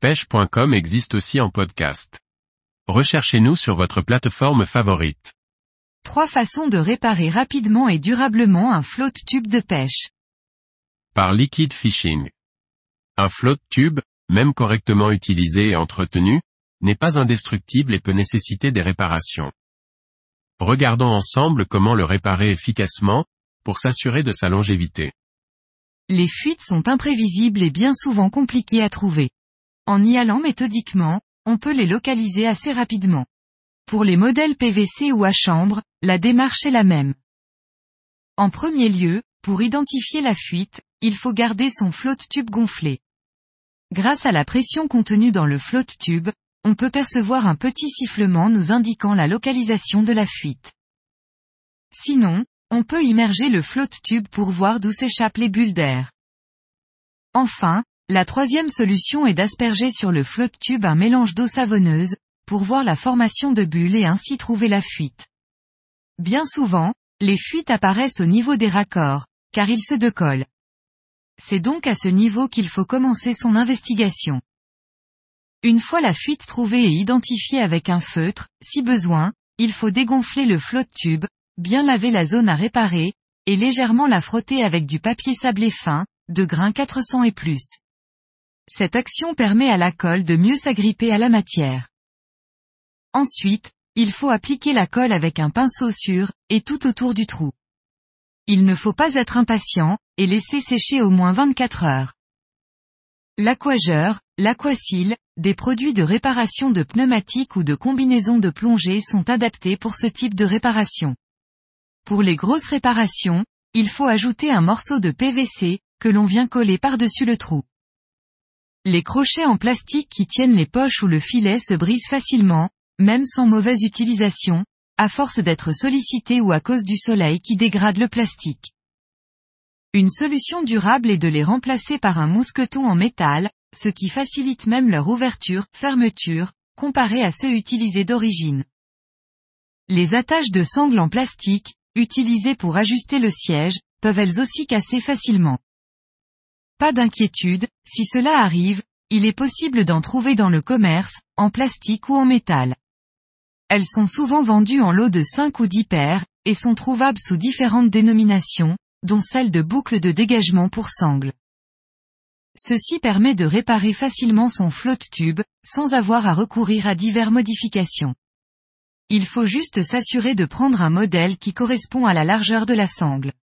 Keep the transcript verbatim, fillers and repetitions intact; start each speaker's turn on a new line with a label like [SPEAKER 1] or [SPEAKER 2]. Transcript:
[SPEAKER 1] pêche point com existe aussi en podcast. Recherchez-nous sur votre plateforme favorite.
[SPEAKER 2] Trois façons de réparer rapidement et durablement un flotte tube de pêche.
[SPEAKER 1] Par liquid fishing. Un flotte tube, même correctement utilisé et entretenu, n'est pas indestructible et peut nécessiter des réparations. Regardons ensemble comment le réparer efficacement, pour s'assurer de sa longévité.
[SPEAKER 2] Les fuites sont imprévisibles et bien souvent compliquées à trouver. En y allant méthodiquement, on peut les localiser assez rapidement. Pour les modèles P V C ou à chambre, la démarche est la même. En premier lieu, pour identifier la fuite, il faut garder son flotte tube gonflé. Grâce à la pression contenue dans le flotte tube, on peut percevoir un petit sifflement nous indiquant la localisation de la fuite. Sinon, on peut immerger le flotte tube pour voir d'où s'échappent les bulles d'air. Enfin, la troisième solution est d'asperger sur le flotte tube un mélange d'eau savonneuse, pour voir la formation de bulles et ainsi trouver la fuite. Bien souvent, les fuites apparaissent au niveau des raccords, car ils se décollent. C'est donc à ce niveau qu'il faut commencer son investigation. Une fois la fuite trouvée et identifiée avec un feutre, si besoin, il faut dégonfler le flotte tube, bien laver la zone à réparer, et légèrement la frotter avec du papier sablé fin, de grain quatre cents et plus. Cette action permet à la colle de mieux s'agripper à la matière. Ensuite, il faut appliquer la colle avec un pinceau sur, et tout autour du trou. Il ne faut pas être impatient, et laisser sécher au moins vingt-quatre heures. L'aquageur, l'aquasil, des produits de réparation de pneumatiques ou de combinaisons de plongée sont adaptés pour ce type de réparation. Pour les grosses réparations, il faut ajouter un morceau de P V C, que l'on vient coller par-dessus le trou. Les crochets en plastique qui tiennent les poches ou le filet se brisent facilement, même sans mauvaise utilisation, à force d'être sollicités ou à cause du soleil qui dégrade le plastique. Une solution durable est de les remplacer par un mousqueton en métal, ce qui facilite même leur ouverture, fermeture, comparé à ceux utilisés d'origine. Les attaches de sangle en plastique, utilisées pour ajuster le siège, peuvent elles aussi casser facilement. Pas d'inquiétude, si cela arrive, il est possible d'en trouver dans le commerce, en plastique ou en métal. Elles sont souvent vendues en lots de cinq ou dix paires, et sont trouvables sous différentes dénominations, dont celle de boucle de dégagement pour sangle. Ceci permet de réparer facilement son flotte tube, sans avoir à recourir à diverses modifications. Il faut juste s'assurer de prendre un modèle qui correspond à la largeur de la sangle.